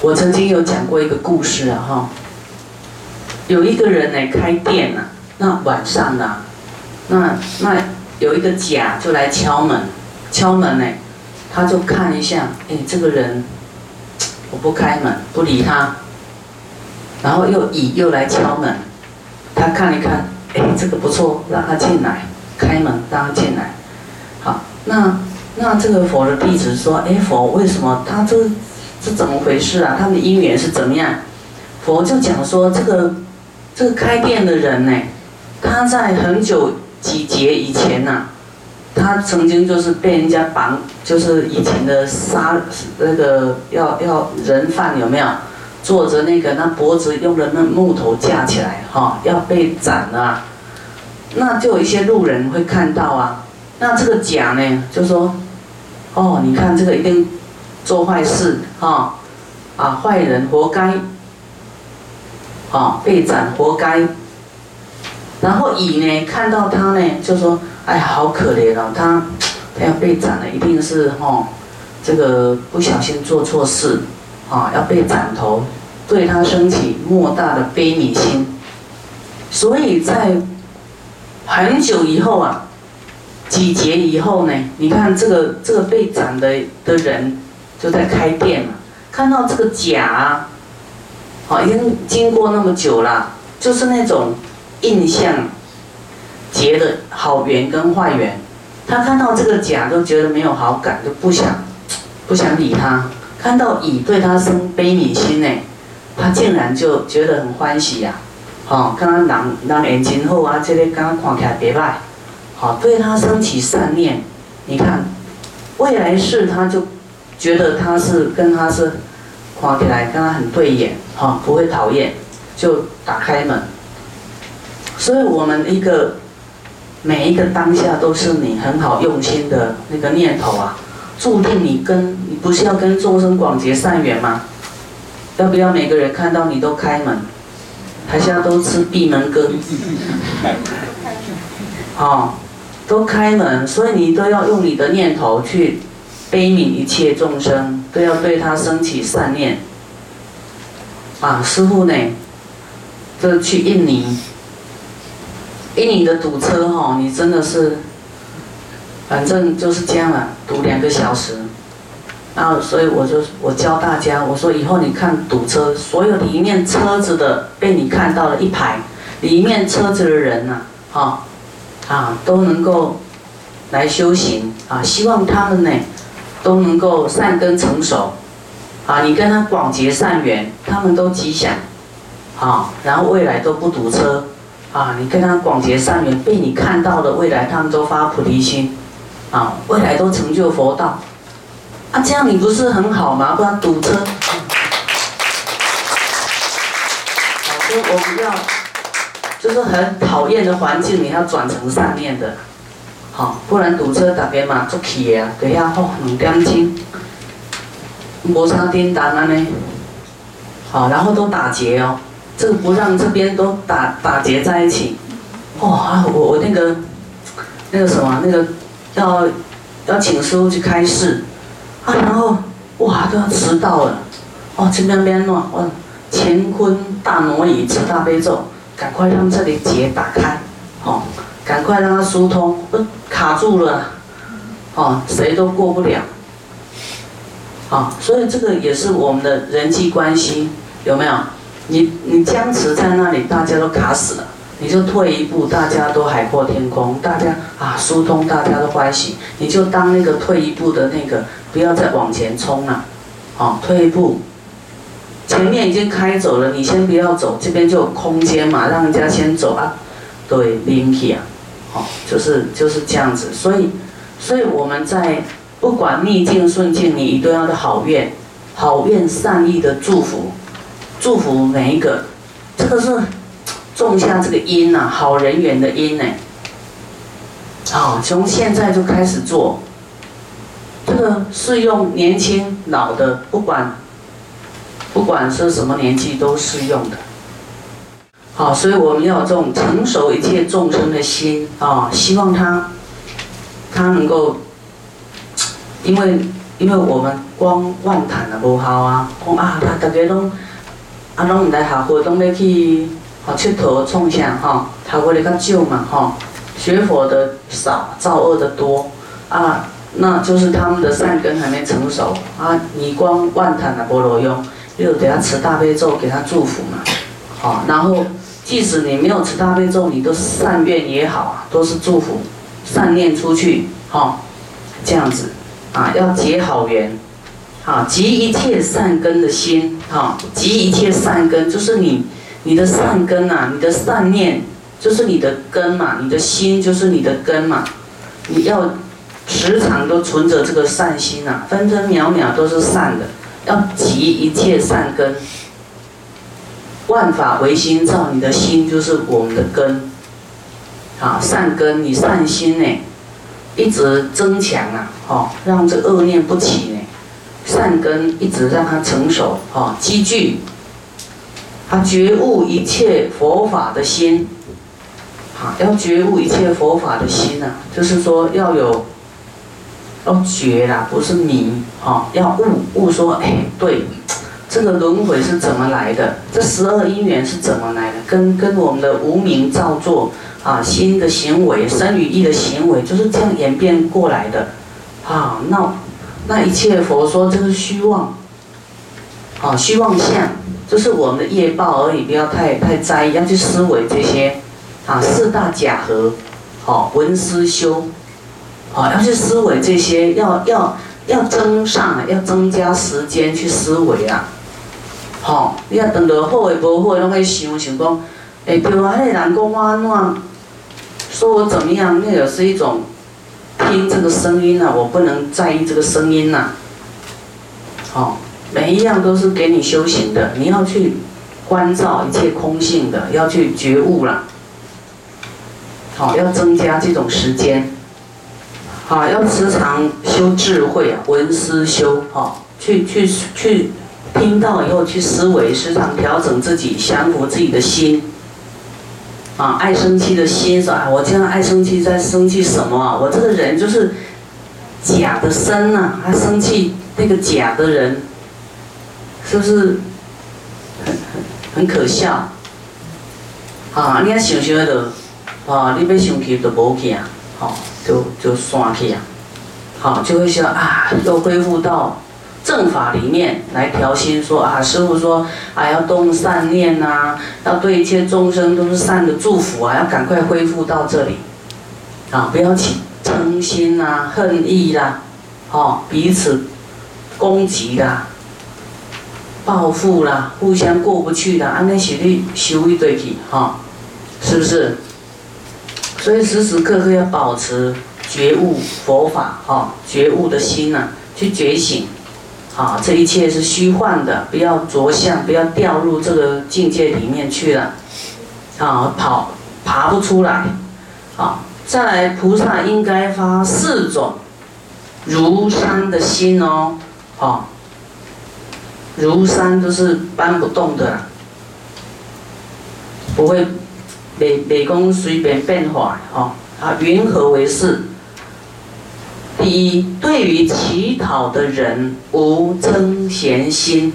我曾经有讲过一个故事啊，哈，有一个人呢开店啊，那晚上啊，那有一个甲就来敲门，呢，他就看一下，哎，这个人我不开门，不理他，然后乙又来敲门，他看一看，哎，这个不错，让他进来，开门让他进来，好，那这个佛的弟子说，哎，佛为什么他这怎么回事啊？他们的因缘是怎么样？佛就讲说，这个开店的人呢，他在很久几劫以前呐，他曾经就是被人家绑，就是以前的那个要人犯有没有？坐着那脖子用的那木头架起来哈，要被斩了啊。那就有一些路人会看到啊，那这个甲呢就说，哦，你看这个一定做坏事啊，坏人活该，被斩活该。然后乙呢看到他呢就说，哎呀，好可怜哦，他要被斩了，一定是这个不小心做错事，要被斩头，对他升起莫大的悲悯心。所以在很久以后啊，几劫以后呢，你看这个被斩的人就在开店嘛，看到这个甲已经经过那么久了，就是那种印象结的好缘跟坏缘，他看到这个甲就觉得没有好感，就不想理他。看到乙对他生悲悯心呢，他竟然就觉得很欢喜呀，看他人缘真好啊，这个刚看起来别歹，对他升起善念。你看，未来世他就觉得他是跟他是看起来跟他很对眼，不会讨厌，就打开门。所以我们每一个当下都是你很好用心的那个念头啊，注定你不是要跟众生广结善缘吗？要不要每个人看到你都开门，还是要都吃闭门羹？都开门，所以你都要用你的念头去悲悯一切众生，都要对他升起善念。师父呢，就去印尼的堵车你真的是，反正就是这样了，堵2个小时。然后所以我教大家，我说以后你看堵车，所有里面车子的被你看到了一排，里面车子的人都能够来修行希望他们呢都能够善根成熟你跟他广结善缘，他们都吉祥然后未来都不堵车你跟他广结善缘，被你看到的未来他们都发菩提心未来都成就佛道这样你不是很好吗？不然堵车所以我们要就是很讨厌的环境，你要转成善念的不然堵车大家嘛足气的就遐2点钟没啥叮当呢然后都打结这个不让这边都打结在一起我那个什么要请师父去开示然后都要迟到了这边乾坤大挪移持大悲咒，赶快让这里结打开赶快让它疏通，卡住了谁都过不了所以这个也是我们的人际关系，有没有？你僵持在那里，大家都卡死了，你就退一步，大家都海阔天空，大家疏通，大家都欢喜，你就当那个退一步的那个，不要再往前冲了退一步，前面已经开走了，你先不要走，这边就有空间嘛，让人家先走对，拎起就是这样子。所以我们在不管逆境顺境，你一定要的好愿善意的祝福每一个，这个是种下这个因好人缘的因呢。从现在就开始做，这个适用年轻老的，不管是什么年纪都适用的。所以我们要有这种成熟一切众生的心希望他能够，因为因为我们光万谈啊无效啊，讲啊，大家拢拢唔来学佛，拢要去佚佗创啥吼，学佛的较少嘛吼，学佛的少，造恶的多啊，那就是他们的善根还没成熟啊。你光万谈啊无路用，你就给他持大悲咒，给他祝福嘛，好，然后即使你没有持大悲咒，你都善愿也好啊，都是祝福，善念出去，这样子啊，要结好缘。集一切善根的心，集一切善根，就是你的善根啊，你的善念就是你的根嘛，你的心就是你的根嘛，你要时常都存着这个善心啊，分分秒秒都是善的，要集一切善根，万法唯心造，你的心就是我们的根，善根，你善心呢，一直增强啊，让这恶念不起呢。善根一直让它成熟，积聚，他觉悟一切佛法的心，要觉悟一切佛法的心啊，就是说要觉啦，不是迷，要悟说，对，这个轮回是怎么来的？这12因缘是怎么来的？跟我们的无明造作心的行为、身语意的行为，就是这样演变过来的，那一切佛说这是虚妄，虚妄相，就是我们的业报而已，不要太在意，要去思维这些，四大假合，闻思修，要去思维这些，要增加时间去思维啊，你要等到好的无好的，拢去想讲，对啊，那个人讲我安怎，说我怎么样，那也是一种。听这个声音我不能在意这个声音每一样都是给你修行的，你要去关照一切空性的，要去觉悟了，要增加这种时间，要时常修智慧闻思修，去听到以后去思维，时常调整自己，降服自己的心。爱生气的心说我这样爱生气，在生气什么我这个人就是假的身他生气那个假的人，是不是很可笑？你要想想的，你要生气就无去就散去就会想又恢复到正法里面来调心，说师父说要动善念要对一切众生都是善的祝福要赶快恢复到这里不要起嗔心恨意啦，彼此攻击啦、报复啦、互相过不去啦，那是你修一堆去是不是？所以时时刻刻要保持觉悟佛法觉悟的心去觉醒。这一切是虚幻的，不要着相，不要掉入这个境界里面去了，爬不出来。再来，菩萨应该发4种如山的心如山就是搬不动的不会袂讲随便变化云何为是？第一，对于乞讨的人无嗔嫌心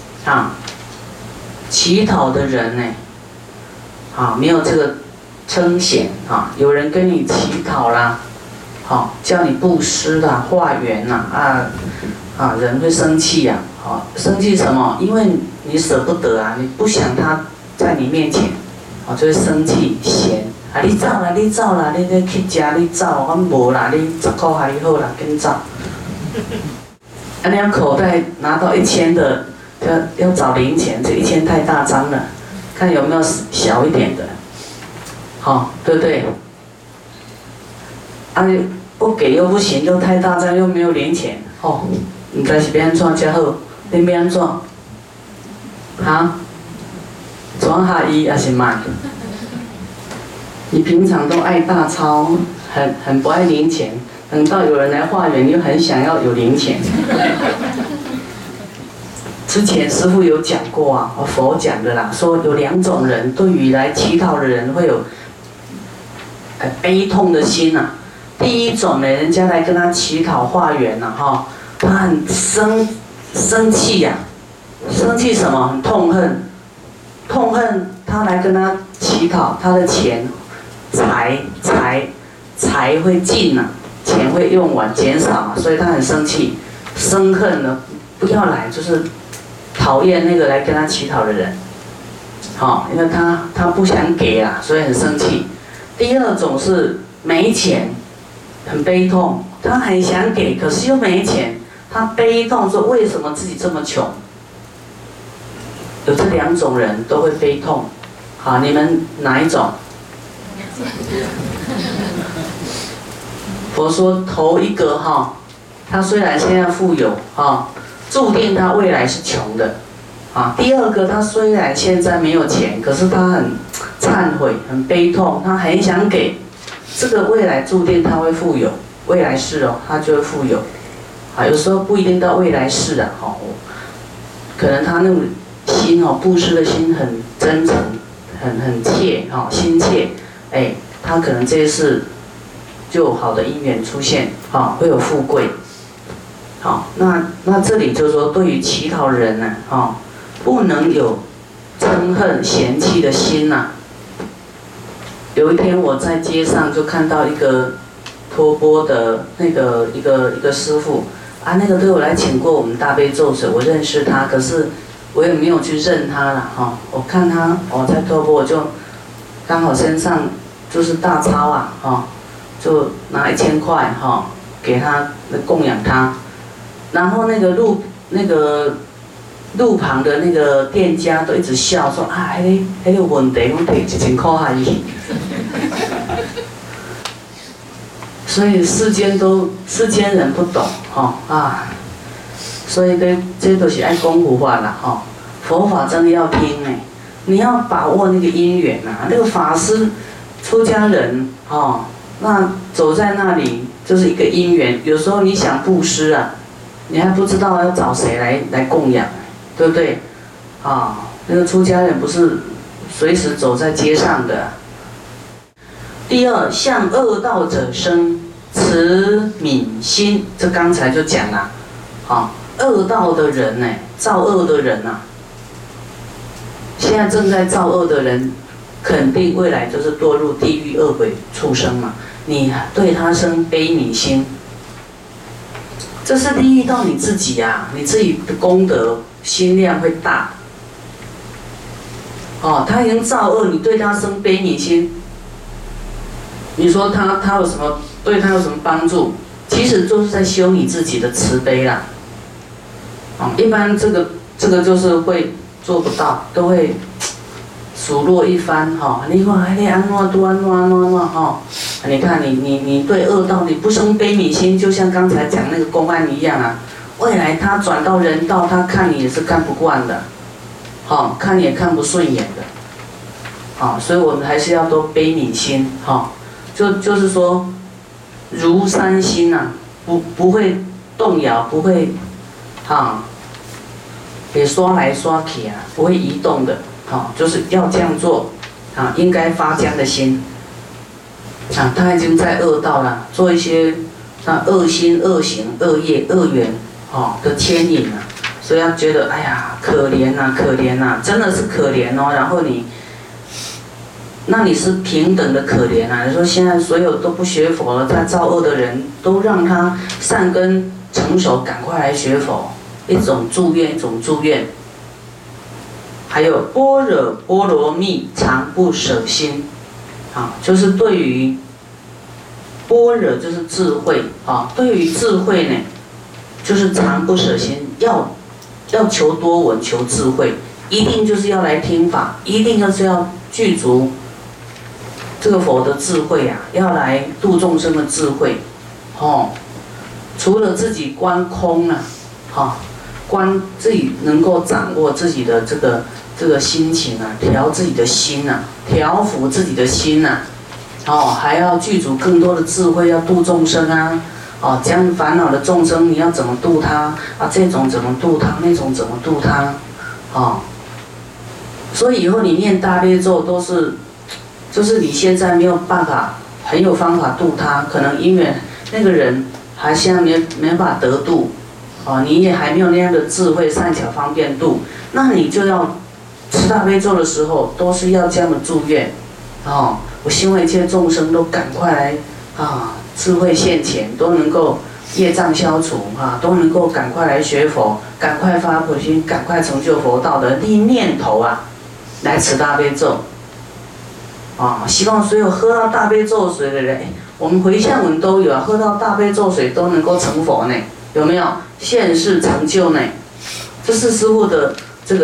乞讨的人没有这个嗔嫌有人跟你乞讨啦，叫你布施啦、化缘人会生气生气什么？因为你舍不得你不想他在你面前，就会生气嫌。你走啦，你走啦，你去吃，你走，我无啦，你10块还好啦，紧走。你要口袋拿到1000的，要找零钱，这1000太大张了，看有没有小一点的，对不对？不给又不行，又太大张，又没有零钱，唔知是要安怎才好，你要安怎？转下伊还是卖？你平常都爱大钞，很不爱零钱，等到有人来化缘，你又很想要有零钱。之前师父有讲过佛讲的啦，说有2种人，对于来乞讨的人会有悲痛的心第一种呢，人家来跟他乞讨化缘他很生气呀、生气什么？很痛恨，痛恨他来跟他乞讨，他的钱财会尽啊，钱会用完减少嘛，所以他很生气，生恨呢，不要来，就是讨厌那个来跟他乞讨的人，因为他不想给啊，所以很生气。第二种是没钱，很悲痛，他很想给，可是又没钱，他悲痛说为什么自己这么穷？有这两种人都会悲痛，好，你们哪一种？佛说头一个他虽然现在富有注定他未来是穷的第二个他虽然现在没有钱，可是他很忏悔，很悲痛，他很想给，这个未来注定他会富有，未来世他就会富有有时候不一定到未来世可能他那种心布施的心很真诚，很切心切，他可能这一世就有好的因缘出现会有富贵。那这里就是说，对于乞讨人呢不能有憎恨嫌弃的心呐。有一天我在街上就看到一个托钵的那个一个师傅那个对我来请过我们大悲咒水，我认识他，可是我也没有去认他了我看他在托钵，我就刚好身上就是大钞就拿1000块给他供养他，然后那个路旁的那个店家都一直笑说那个问题，我提1000块下去。所以世间人不懂所以这都是爱功夫法啦佛法真的要听你要把握那个因缘那个法师出家人那走在那里就是一个因缘，有时候你想布施你还不知道要找谁来供养，对不对那个出家人不是随时走在街上的。第二，向恶道者生慈悯心，这刚才就讲了恶道的人造恶的人现在正在造恶的人，肯定未来就是堕入地狱恶鬼畜生嘛。你对他生悲悯心，这是利益到你自己你自己的功德心量会大。他已经造恶，你对他生悲悯心，你说他有什么对他有什么帮助？其实就是在修你自己的慈悲啦。一般这个就是会做不到，都会数落一番你看你安怎都安怎你看你对恶道你不生悲悯心，就像刚才讲那个公案一样未来他转到人道，他看你也是看不惯的，看你也看不顺眼的，所以我们还是要多悲悯心就是说如山心不会动摇，不会也刷来刷去不会移动的就是要这样做应该发这样的心他已经在恶道了，做一些恶心、恶行、恶业、恶缘的牵引所以他觉得哎呀可怜可怜真的是可怜然后那你是平等的可怜你说现在所有都不学佛了，在造恶的人都让他善根成熟，赶快来学佛，一种祝愿，一种祝愿。还有般若波罗蜜常不舍心就是对于般若就是智慧对于智慧呢，就是常不舍心，要求多闻，求智慧，一定就是要来听法，一定就是要具足这个佛的智慧要来度众生的智慧除了自己观空观自己能够掌握自己的这个心情调自己的心调伏自己的心还要具足更多的智慧，要度众生这样烦恼的众生你要怎么度他这种怎么度他，那种怎么度他所以以后你念大悲咒都是，就是你现在没有办法很有方法度他，可能因为那个人还现在没办法得度你也还没有那样的智慧、善巧、方便度，那你就要持大悲咒的时候，都是要这样的祝愿，我希望一切众生都赶快来智慧现前，都能够业障消除都能够赶快来学佛，赶快发菩提心，赶快成就佛道的念头来持大悲咒。希望所有喝到大悲咒水的人，我们回向文都有喝到大悲咒水都能够成佛呢，有没有？现世成就呢？这是师父的这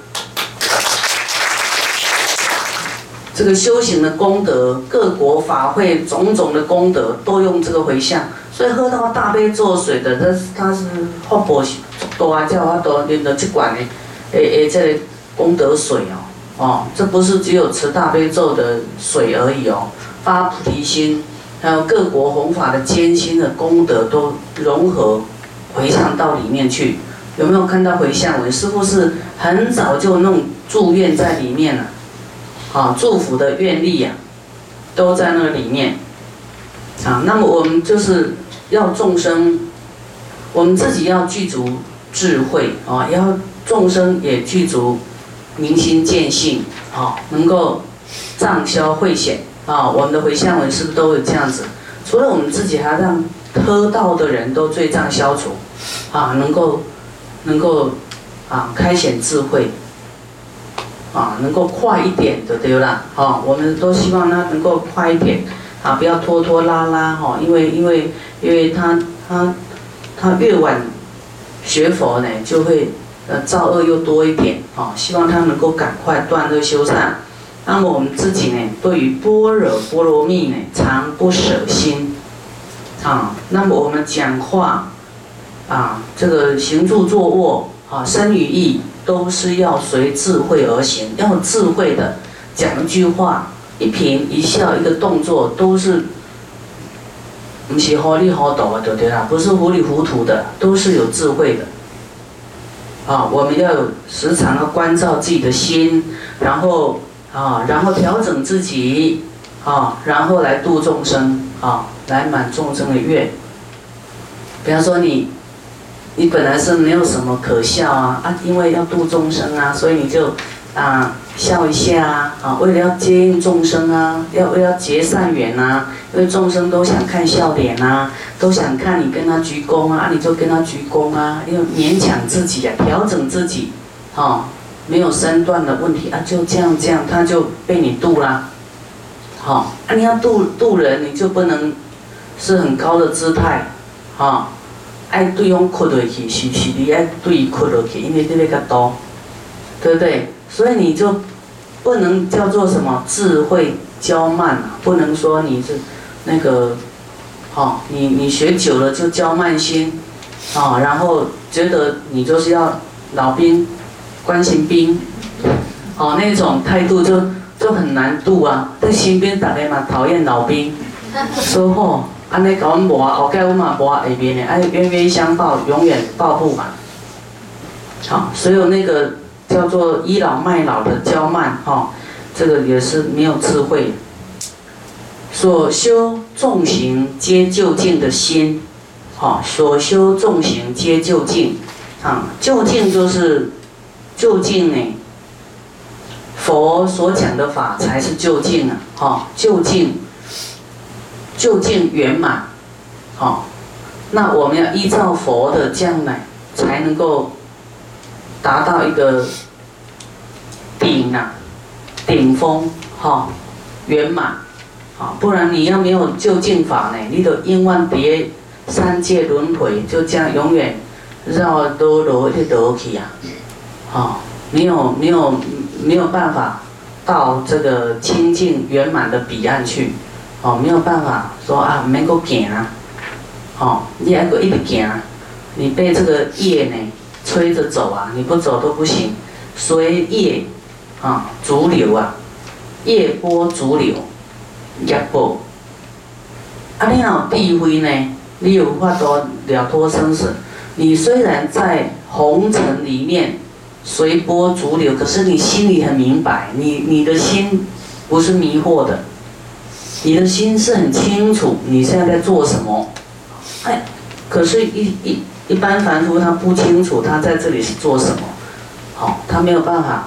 个修行的功德，各国法会种种的功德都用这个回向，所以喝到大悲咒水的，他是福报多叫他都念到这管的，这个功德水这不是只有持大悲咒的水而已发菩提心，还有各国弘法的艰辛的功德都融合回向到里面去。有没有看到回向文？师父是很早就弄祝愿在里面了，祝福的愿力都在那个里面。那么我们就是要众生，我们自己要具足智慧要众生也具足明心见性，能够障消慧显我们的回向文是不是都有这样子？除了我们自己，还要让喝到的人都罪障消除能够开显智慧能够快一点就对了我们都希望他能够快一点不要拖拖拉拉因为他越晚学佛呢，就会造恶又多一点希望他能够赶快断恶修善。那么我们自己呢，对于般若波罗蜜呢，常不舍心那么我们讲话这个行住坐卧身语意都是要随智慧而行，要有智慧的讲一句话，一颦一笑，一个动作都是不是糊里糊涂的，对不对啦？不是糊里糊涂的，都是有智慧的我们要有时常要关照自己的心，然后调整自己然后来度众生来满众生的愿。比方说你本来是没有什么可笑因为要度众生所以你就笑一下为了要接应众生为了要结善缘因为众生都想看笑脸都想看你跟他鞠躬你就跟他鞠躬要勉强自己调整自己没有身段的问题就这样他就被你度啦你要度人，你就不能是很高的姿态爱对方哭落去，是你爱对哭落去，因为你那个多，对不对？所以你就不能叫做什么智慧骄慢不能说你是那个你学久了就骄慢心然后觉得你就是要老兵关心兵那种态度就很难度在身边大家嘛讨厌老兵，说安尼甲阮磨后盖阮嘛磨下面的，冤冤相报，永远报不完。所有那个叫做倚老卖老的骄慢这个也是没有智慧。所修众行皆就近的心所修众行皆就近就近就是就近呢，佛所讲的法才是就近就近圆满那我们要依照佛的这样来才能够达到一个顶峰圆满不然你要没有就近法呢，你就因万别三界轮回，就这样永远绕都落去没有办法到这个清净圆满的彼岸去没有办法说免搁行你还搁一直行你被这个业呢催着走你不走都不行，随业逐流业波逐流业波你若有智慧呢，你有法度了脱生死。你虽然在红尘里面随波逐流，可是你心里很明白，你的心不是迷惑的，你的心是很清楚你现在在做什么可是一般凡夫他不清楚他在这里是做什么，好，他没有办法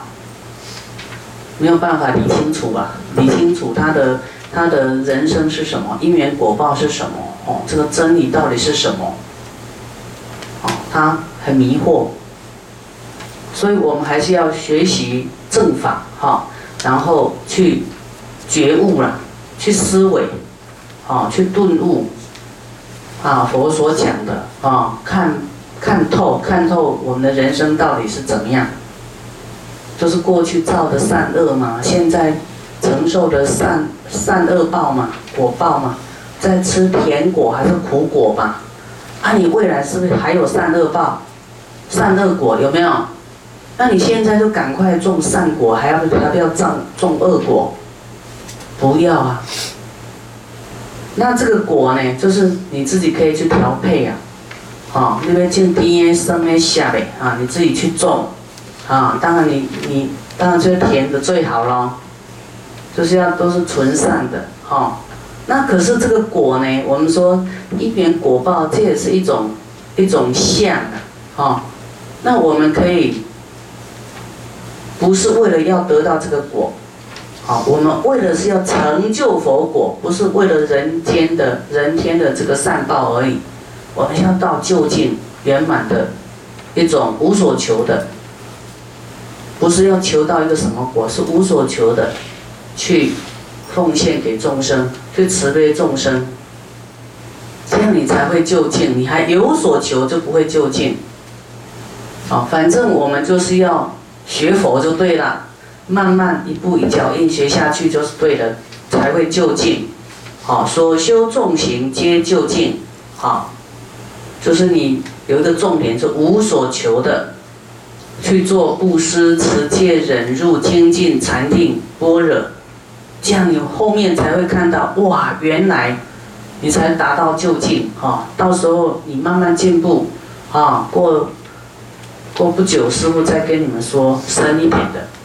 理清楚啊，理清楚他的人生是什么，因缘果报是什么，哦，这个真理到底是什么，哦，他很迷惑，所以我们还是要学习正法，哈，然后去觉悟啦，去思维，啊，去顿悟，啊，佛所讲的啊，看透我们的人生到底是怎么样，就是过去造的善恶嘛，现在承受的善恶报嘛，果报嘛，在吃甜果还是苦果嘛？啊，你未来是不是还有善恶报、善恶果有没有？那你现在就赶快种善果，还要不要种恶果？不要啊。那这个果呢，就是你自己可以去调配啊，哦，你要种甜的、酸的、涩的啊，你自己去种啊。当然你当然就是甜的最好咯，就是要都是纯善的哦。那可是这个果呢，我们说因缘果报，这也是一种相啊，哦。那我们可以不是为了要得到这个果。好，我们为的是要成就佛果，不是为了人天的这个善报而已。我们要到究竟圆满的一种无所求的，不是要求到一个什么果，是无所求的，去奉献给众生，去慈悲众生，这样你才会究竟。你还有所求，就不会究竟。好，反正我们就是要学佛就对了。慢慢一步一脚印学下去就是对的，才会究竟。好，所修众行皆究竟。好，就是你有一个重点，是无所求的，去做布施、持戒、忍辱、精进、禅定、般若，这样你后面才会看到，哇，原来你才达到究竟。啊，到时候你慢慢进步，啊，过不久师父再跟你们说深一点的。